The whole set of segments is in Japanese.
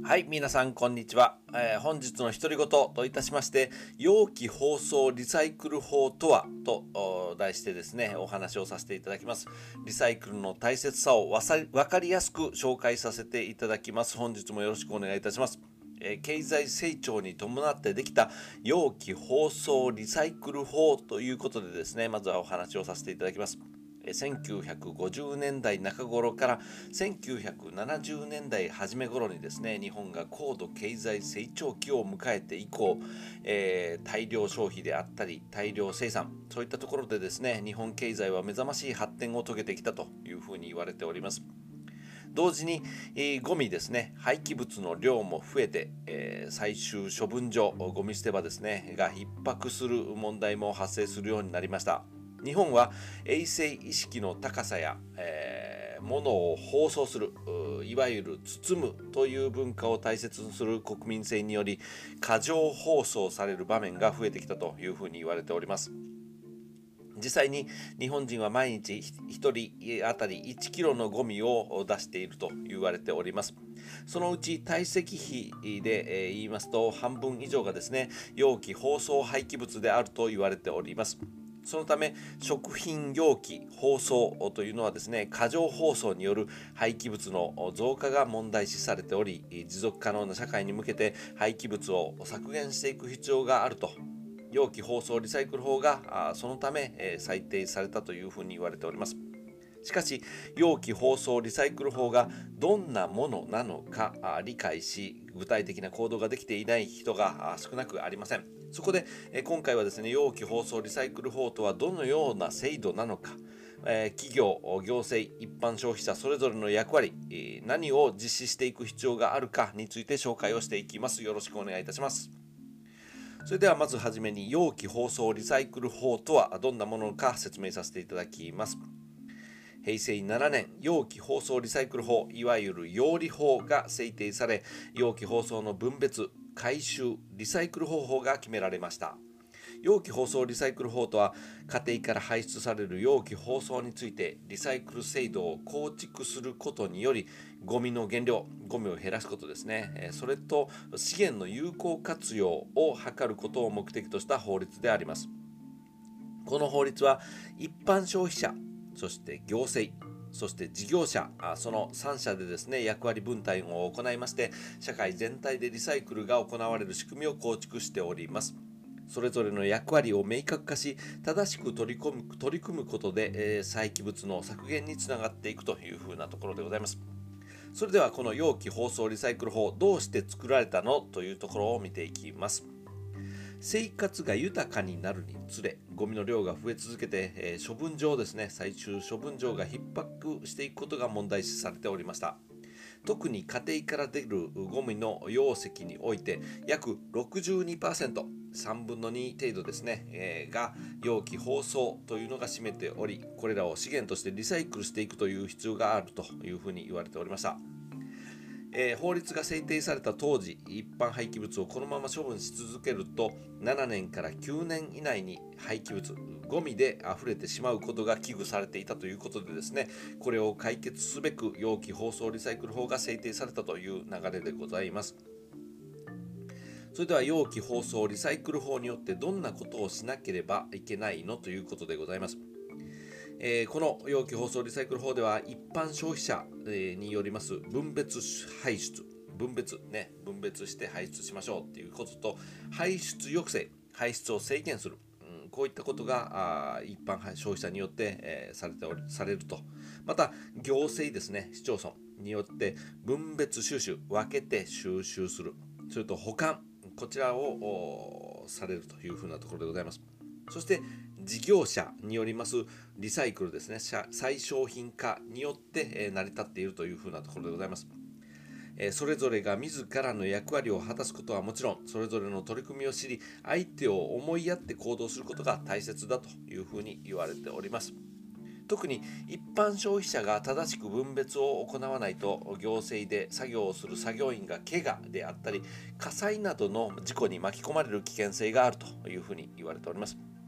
はい、皆さんこんにちは。本日の独り言といたしまして、容器包装リサイクル法とはと題してですね、お話をさせていただきます。リサイクルの大切さをわかりやすく紹介させていただきます。本日もよろしくお願いいたします。経済成長に伴ってできた容器包装リサイクル法ということでですね、まずはお話をさせていただきます。1950年代中頃から1970年代初め頃にですね、日本が高度経済成長期を迎えて以降、大量消費であったり大量生産、そういったところでですね、日本経済は目覚ましい発展を遂げてきたというふうに言われております。同時に、ゴミですね、廃棄物の量も増えて、最終処分場、ゴミ捨て場ですね、が逼迫する問題も発生するようになりました。日本は衛生意識の高さや、物を包装する、いわゆる包むという文化を大切にする国民性により、過剰包装される場面が増えてきたというふうに言われております。実際に日本人は毎日1人当たり1キロのゴミを出していると言われております。そのうち堆積比で言いますと半分以上がですね、容器包装廃棄物であると言われております。そのため食品容器包装というのはですね、過剰包装による廃棄物の増加が問題視されており、持続可能な社会に向けて廃棄物を削減していく必要があると、容器包装リサイクル法がそのため制定されたというふうに言われております。しかし容器包装リサイクル法がどんなものなのか理解し、具体的な行動ができていない人が少なくありません。そこで今回はですね、容器包装リサイクル法とはどのような制度なのか、企業、行政、一般消費者それぞれの役割、何を実施していく必要があるかについて紹介をしていきます。よろしくお願いいたします。それではまずはじめに容器包装リサイクル法とはどんなものか説明させていただきます。平成7年、容器包装リサイクル法、いわゆる容理法が制定され、容器包装の分別、回収、リサイクル方法が決められました。容器包装リサイクル法とは、家庭から排出される容器包装についてリサイクル制度を構築することにより、ゴミの減量、ゴミを減らすことですね、それと資源の有効活用を図ることを目的とした法律であります。この法律は一般消費者、そして行政、そして事業者、その3者でですね、役割分担を行いまして、社会全体でリサイクルが行われる仕組みを構築しております。それぞれの役割を明確化し、正しく取り組むことで、廃棄物の削減につながっていくというふうなところでございます。それではこの容器包装リサイクル法、どうして作られたのというところを見ていきます。生活が豊かになるにつれ、ゴミの量が増え続けて、処分場ですね、最終処分場が逼迫していくことが問題視されておりました。特に家庭から出るゴミの容積において約 62%、3分の2程度ですね、が容器包装というのが占めており、これらを資源としてリサイクルしていくという必要があるというふうに言われておりました。法律が制定された当時、一般廃棄物をこのまま処分し続けると7年から9年以内に廃棄物、ゴミで溢れてしまうことが危惧されていたということでですね、これを解決すべく容器包装リサイクル法が制定されたという流れでございます。それでは容器包装リサイクル法によってどんなことをしなければいけないのということでございます。この容器包装リサイクル法では一般消費者によります分別排出、分別して排出しましょうっていうことと、排出抑制、排出を制限する、こういったことが一般消費者によって、されると。また行政ですね、市町村によって分別収集、分けて収集する、それと保管、こちらをされるというふうなところでございます。そして事業者によりますリサイクルですね、再商品化によって成り立っているというふうなところでございます。それぞれが自らの役割を果たすことはもちろん、それぞれの取り組みを知り、相手を思いやって行動することが大切だというふうに言われております。特に一般消費者が正しく分別を行わないと、行政で作業をする作業員が怪我であったり火災などの事故に巻き込まれる危険性があるというふうに言われております。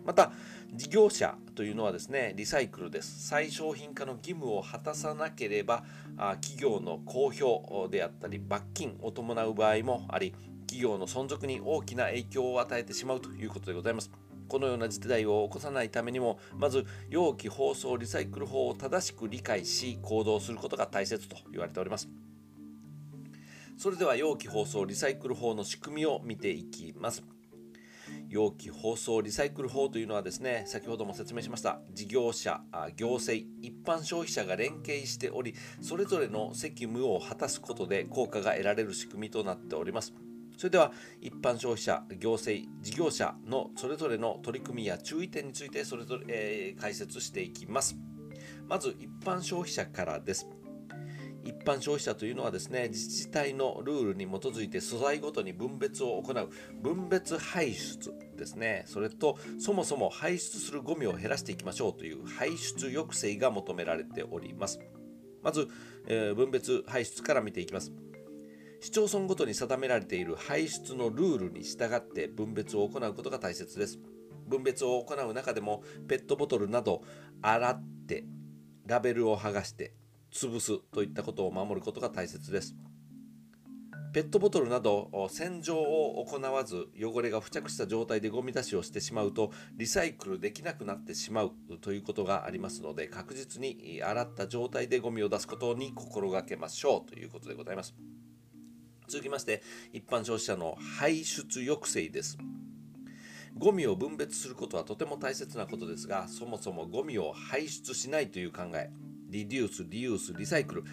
また事業者というのはですね、リサイクルです。再商品化の義務を果たさなければ企業の公表であったり罰金を伴う場合もあり、企業の存続に大きな影響を与えてしまうということでございます。このような事態を起こさないためにも、まず容器包装リサイクル法を正しく理解し行動することが大切と言われております。それでは容器包装リサイクル法の仕組みを見ていきます。容器包装リサイクル法というのはですね、先ほども説明しました事業者、行政、一般消費者が連携しており、それぞれの責務を果たすことで効果が得られる仕組みとなっております。それでは一般消費者、行政、事業者のそれぞれの取り組みや注意点についてそれぞれ、解説していきます。まず一般消費者からです。一般消費者というのはですね、自治体のルールに基づいて素材ごとに分別を行う分別排出ですね。それとそもそも排出するゴミを減らしていきましょうという排出抑制が求められております。まず、分別排出から見ていきます。市町村ごとに定められている排出のルールに従って分別を行うことが大切です。分別を行う中でもペットボトルなど洗ってラベルを剥がして潰すといったことを守ることが大切です。ペットボトルなど洗浄を行わず汚れが付着した状態でゴミ出しをしてしまうとリサイクルできなくなってしまうということがありますので、確実に洗った状態でゴミを出すことに心がけましょうということでございます。続きまして一般消費者の排出抑制です。ゴミを分別することはとても大切なことですが、そもそもゴミを排出しないという考え、リデュース、リユース、リサイクル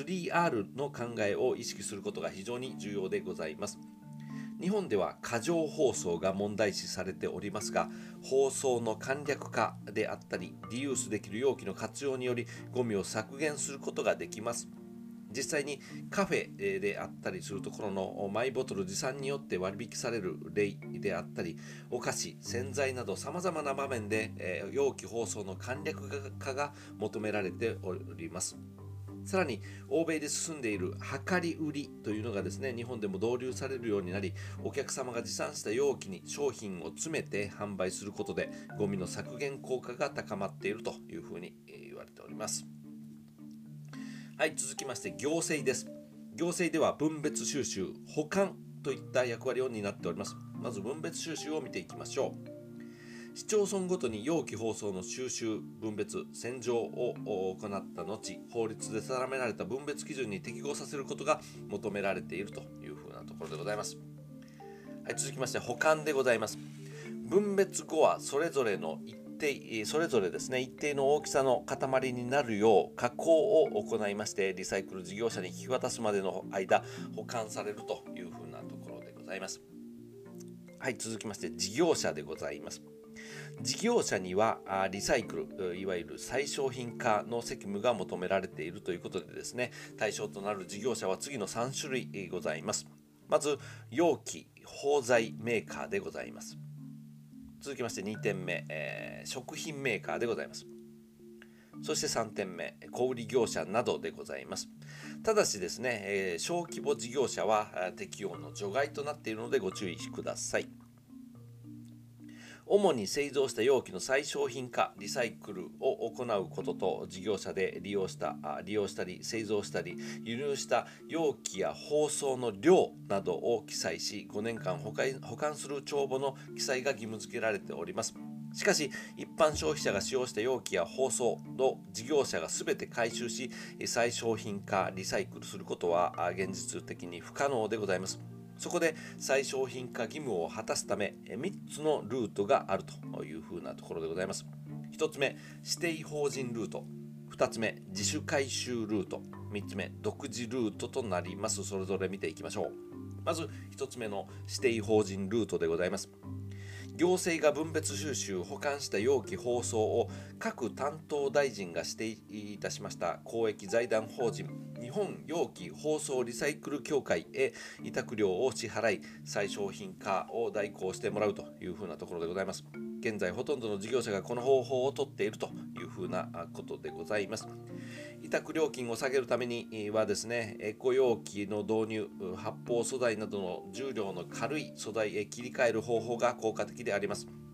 3R の考えを意識することが非常に重要でございます。日本では過剰包装が問題視されておりますが、包装の簡略化であったりリユースできる容器の活用によりゴミを削減することができます。実際にカフェであったりするところのマイボトル持参によって割引される例であったり、お菓子、洗剤などさまざまな場面で容器包装の簡略化が求められております。さらに欧米で進んでいる量り売りというのがですね、日本でも導入されるようになり、お客様が持参した容器に商品を詰めて販売することでゴミの削減効果が高まっているというふうに言われております。はい、続きまして行政です。行政では分別収集、保管といった役割を担っております。まず分別収集を見ていきましょう。市町村ごとに容器包装の収集、分別、洗浄を行った後、法律で定められた分別基準に適合させることが求められているというふうなところでございます。はい、続きまして保管でございます。分別後はそれぞれですね、一定の大きさの塊になるよう加工を行いまして、リサイクル事業者に引き渡すまでの間保管されるというふうなところでございます。はい、続きまして事業者でございます。事業者にはリサイクル、いわゆる再商品化の責務が求められているということでですね、対象となる事業者は次の3種類ございます。まず容器包材メーカーでございます。続きまして2点目、食品メーカーでございます。そして3点目、小売業者などでございます。ただしですね、小規模事業者は適用の除外となっているのでご注意ください。主に製造した容器の再商品化、リサイクルを行うことと、事業者で利用したり製造したり輸入した容器や包装の量などを記載し、5年間保管する帳簿の記載が義務付けられております。しかし一般消費者が使用した容器や包装を事業者が全て回収し再商品化リサイクルすることは現実的に不可能でございます。そこで再商品化義務を果たすため3つのルートがあるというふうなところでございます。1つ目、指定法人ルート。2つ目、自主回収ルート。3つ目、独自ルートとなります。それぞれ見ていきましょう。まず1つ目の指定法人ルートでございます。行政が分別収集保管した容器包装を各担当大臣が指定いたしました公益財団法人日本容器包装リサイクル協会へ委託料を支払い再商品化を代行してもらうというふうなところでございます。現在ほとんどの事業者がこの方法をとっているというふうなことでございます。委託料金を下げるためにはですね、エコ容器の導入、発泡素材などの重量の軽い素材へ切り替える方法が効果的であります。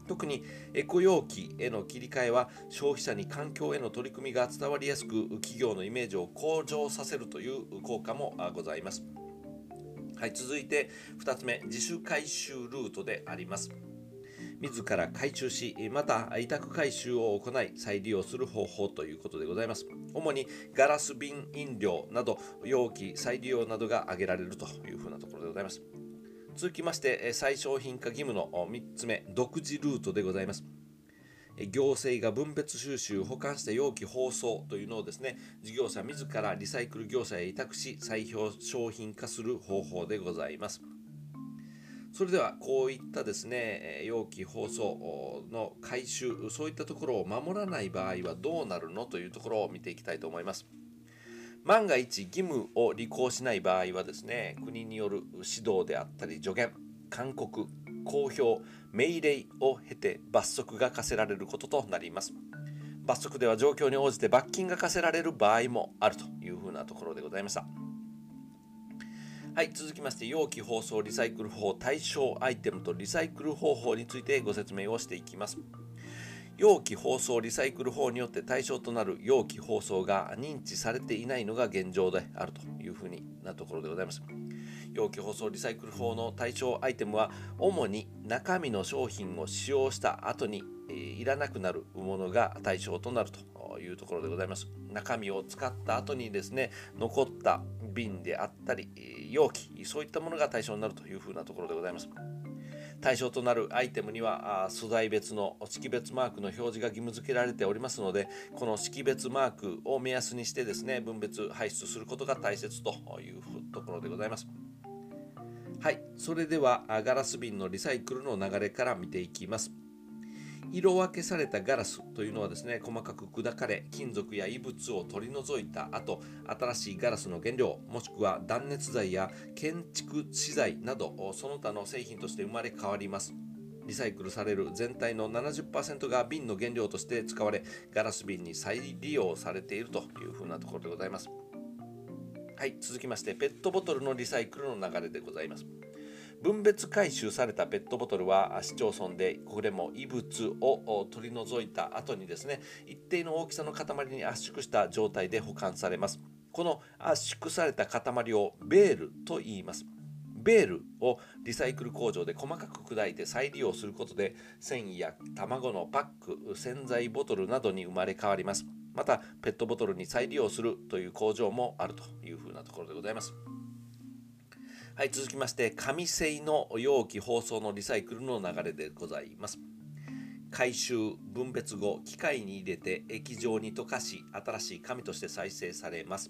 特にエコ容器への切り替えは消費者に環境への取り組みが伝わりやすく、企業のイメージを向上させるという効果もございます。はい、続いて2つ目、自主回収ルートであります。自ら回収し、また委託回収を行い再利用する方法ということでございます。主にガラス瓶飲料など容器再利用などが挙げられるというふうなところでございます。続きまして再商品化義務の3つ目、独自ルートでございます。行政が分別収集保管した容器包装というのをですね、事業者自らリサイクル業者へ委託し再商品化する方法でございます。それではこういったですね、容器包装の回収、そういったところを守らない場合はどうなるのというところを見ていきたいと思います。万が一義務を履行しない場合はですね、国による指導であったり助言、勧告、公表、命令を経て罰則が課せられることとなります。罰則では状況に応じて罰金が課せられる場合もあるというふうなところでございました。はい、続きまして容器包装リサイクル法対象アイテムとリサイクル方法についてご説明をしていきます。容器包装リサイクル法によって対象となる容器包装が認知されていないのが現状であるというふうなところでございます。容器包装リサイクル法の対象アイテムは主に中身の商品を使用した後にいらなくなるものが対象となるというところでございます。中身を使った後にですね、残った瓶であったり容器、そういったものが対象になるというふうなところでございます。対象となるアイテムには素材別の識別マークの表示が義務付けられておりますので、この識別マークを目安にしてですね、分別排出することが大切というところでございます。はい、それではガラス瓶のリサイクルの流れから見ていきます。色分けされたガラスというのはですね、細かく砕かれ金属や異物を取り除いた後、新しいガラスの原料もしくは断熱材や建築資材などその他の製品として生まれ変わります。リサイクルされる全体の 70% が瓶の原料として使われ、ガラス瓶に再利用されているというふうなところでございます。はい、続きましてペットボトルのリサイクルの流れでございます。分別回収されたペットボトルは市町村でこれも異物を取り除いた後にですね、一定の大きさの塊に圧縮した状態で保管されます。この圧縮された塊をベールと言います。ベールをリサイクル工場で細かく砕いて再利用することで繊維や卵のパック、洗剤ボトルなどに生まれ変わります。またペットボトルに再利用するという工場もあるというふうなところでございます。はい、続きまして紙製の容器包装のリサイクルの流れでございます。回収分別後機械に入れて液状に溶かし新しい紙として再生されます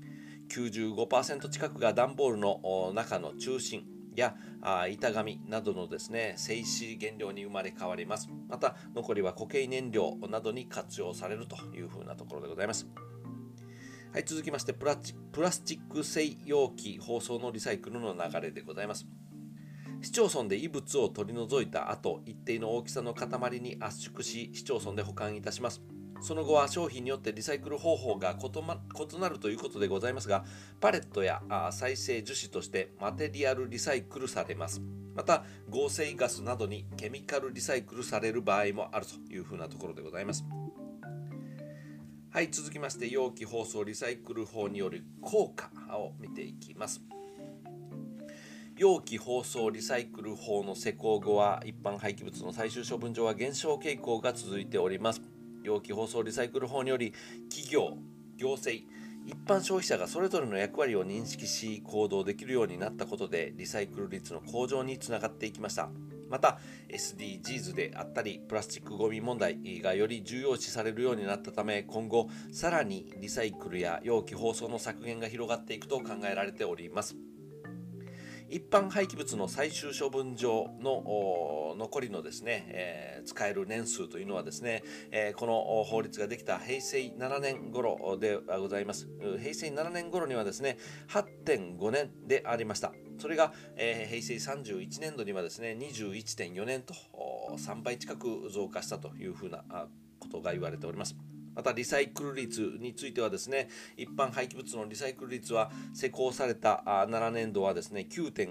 。95% 近くが段ボールの中の中心や板紙などのですね製紙原料に生まれ変わります。また残りは固形燃料などに活用されるというふうなところでございます。はい、続きましてプラスチック製容器包装のリサイクルの流れでございます。市町村で異物を取り除いた後、一定の大きさの塊に圧縮し市町村で保管いたします。その後は商品によってリサイクル方法が異なるということでございますが、パレットや再生樹脂としてマテリアルリサイクルされます。また合成ガスなどにケミカルリサイクルされる場合もあるというふうなところでございます。はい、続きまして容器包装リサイクル法による効果を見ていきます。容器包装リサイクル法の施行後は一般廃棄物の最終処分場は減少傾向が続いております。容器包装リサイクル法により企業、行政、一般消費者がそれぞれの役割を認識し行動できるようになったことでリサイクル率の向上につながっていきました。また SDGs であったりプラスチックごみ問題がより重要視されるようになったため、今後さらにリサイクルや容器包装の削減が広がっていくと考えられております。一般廃棄物の最終処分場の残りのですね、使える年数というのはですね、この法律ができた平成7年頃でございます。平成7年頃にはですね 8.5 年でありました。それが、平成31年度にはですね 21.4 年と3倍近く増加したというふうなことが言われております。 またリサイクル率についてはですね、一般廃棄物のリサイクル率は施行された7年度はですね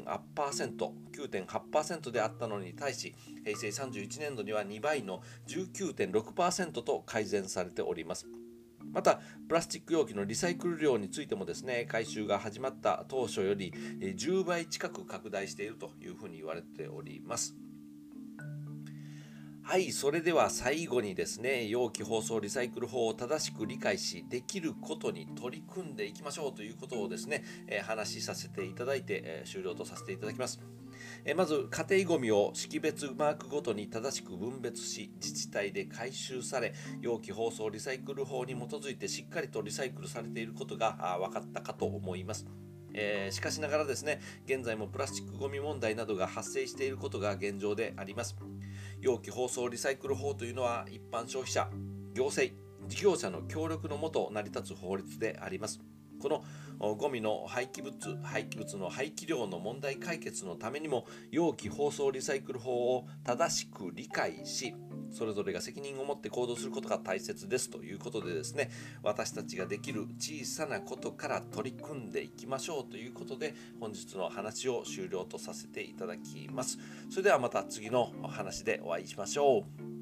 9.8% であったのに対し、平成31年度には2倍の 19.6% と改善されております。またプラスチック容器のリサイクル量についてもですね、回収が始まった当初より10倍近く拡大しているというふうに言われております。はい、それでは最後にですね、容器包装リサイクル法を正しく理解し、できることに取り組んでいきましょうということをですね、話しさせていただいて、終了とさせていただきます。まず家庭ごみを識別マークごとに正しく分別し、自治体で回収され、容器包装リサイクル法に基づいてしっかりとリサイクルされていることが分かったかと思います。しかしながらですね、現在もプラスチックごみ問題などが発生していることが現状であります。容器包装リサイクル法というのは一般消費者、行政、事業者の協力のもと成り立つ法律であります。このゴミの廃棄物の廃棄量の問題解決のためにも、容器包装リサイクル法を正しく理解し、それぞれが責任を持って行動することが大切ですということでですね、私たちができる小さなことから取り組んでいきましょうということで、本日の話を終了とさせていただきます。それではまた次のお話でお会いしましょう。